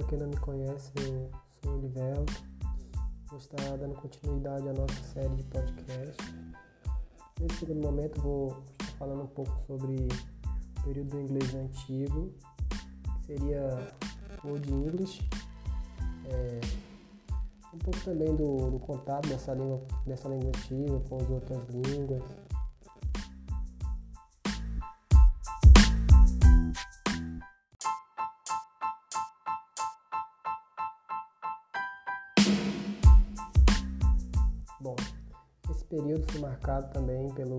para quem não me conhece, eu sou o Olivelto. Vou estar dando continuidade à nossa série de podcast. Nesse segundo momento, vou estar falando um pouco sobre o período do inglês antigo, que seria Old English. Um pouco também do contato dessa língua antiga com as outras línguas. Bom, esse período foi marcado também pelo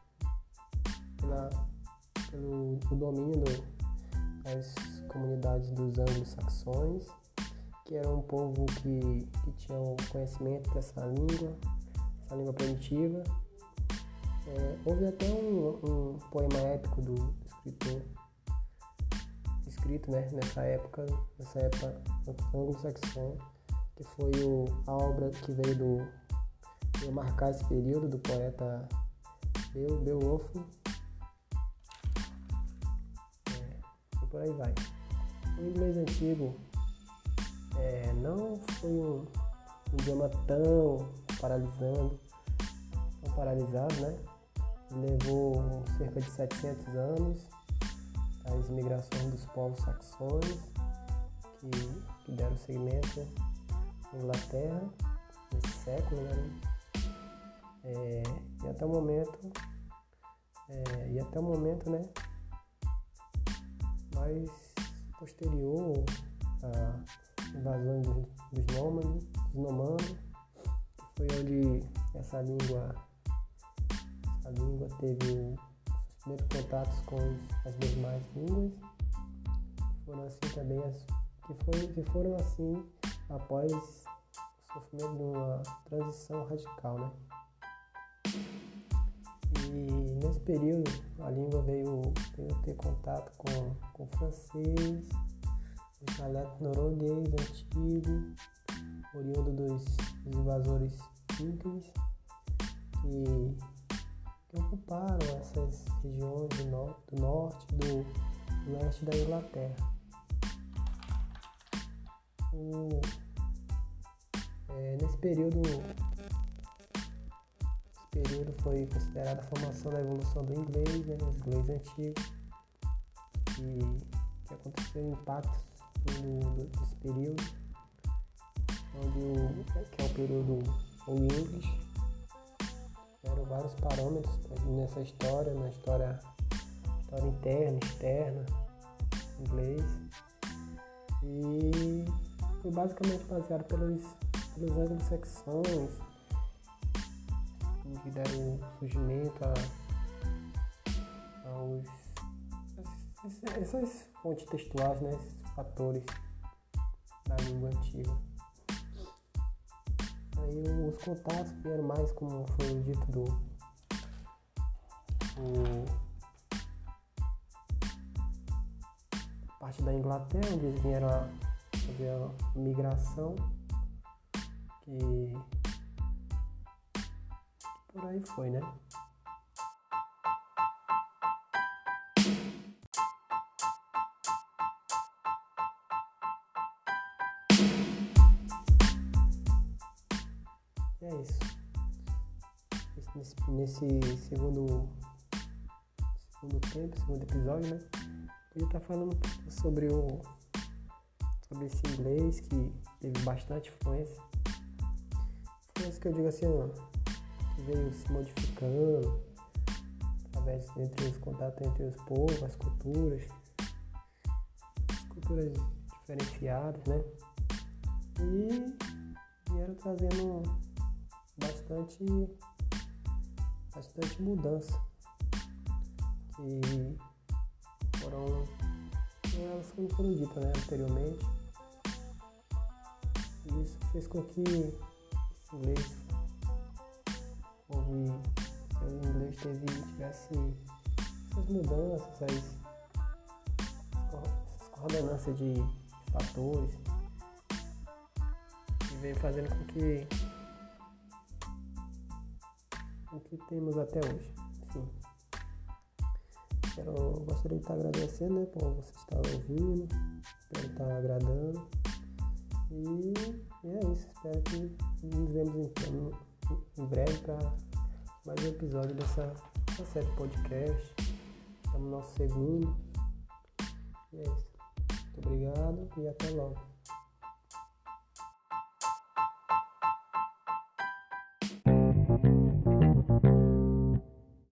domínio das comunidades dos anglo-saxões, que era um povo que tinha o conhecimento dessa língua primitiva. Houve até um poema épico do escritor, escrito nessa época anglo-saxã, que foi a obra que veio marcar esse período, do poeta Beowulf. E por aí vai. O inglês antigo não foi um idioma tão paralisado, né? Levou cerca de 700 anos as migrações dos povos saxões que deram seguimento à Inglaterra nesse século, né? E até o momento, né, mais posterior à invasão dos nômades, que foi onde essa língua teve os primeiros contatos com as demais línguas, que foram assim após o sofrimento de uma transição radical, né? E nesse período a língua veio ter contato com o francês, o dialeto norueguês antigo, oriundo dos invasores vikings, que ocuparam essas regiões do norte e do leste da Inglaterra. Nesse período foi considerada a formação da evolução do inglês, né, o inglês antigo, que aconteceu impactos desse período, que é o período Old English. Eram vários parâmetros nessa história, na história interna, externa, inglês, e foi basicamente baseado pelos anglo-saxões, que deram surgimento essas fontes textuais, né, esses fatores da língua antiga. Aí os contatos vieram mais, como foi dito, parte da Inglaterra, onde eles vieram a fazer a migração, que por aí foi, né? E é isso. Nesse segundo episódio, né? Eu ia estar falando um pouco sobre esse inglês que teve bastante influência. Influência que eu digo assim, que veio se modificando entre os contatos entre os povos, as culturas diferenciadas, né? E vieram trazendo bastante mudança, que elas foram ditas, né, anteriormente. E isso fez com que esse inglês tivesse essas mudanças, essas coordenâncias de fatores, que veio fazendo com que temos até hoje. Enfim, gostaria de estar agradecendo, né, por você estar ouvindo, espero estar agradando. E é isso. Espero que nos vemos então em breve para mais um episódio dessa série de podcast. Estamos no nosso segundo. E é isso. Muito obrigado e até logo.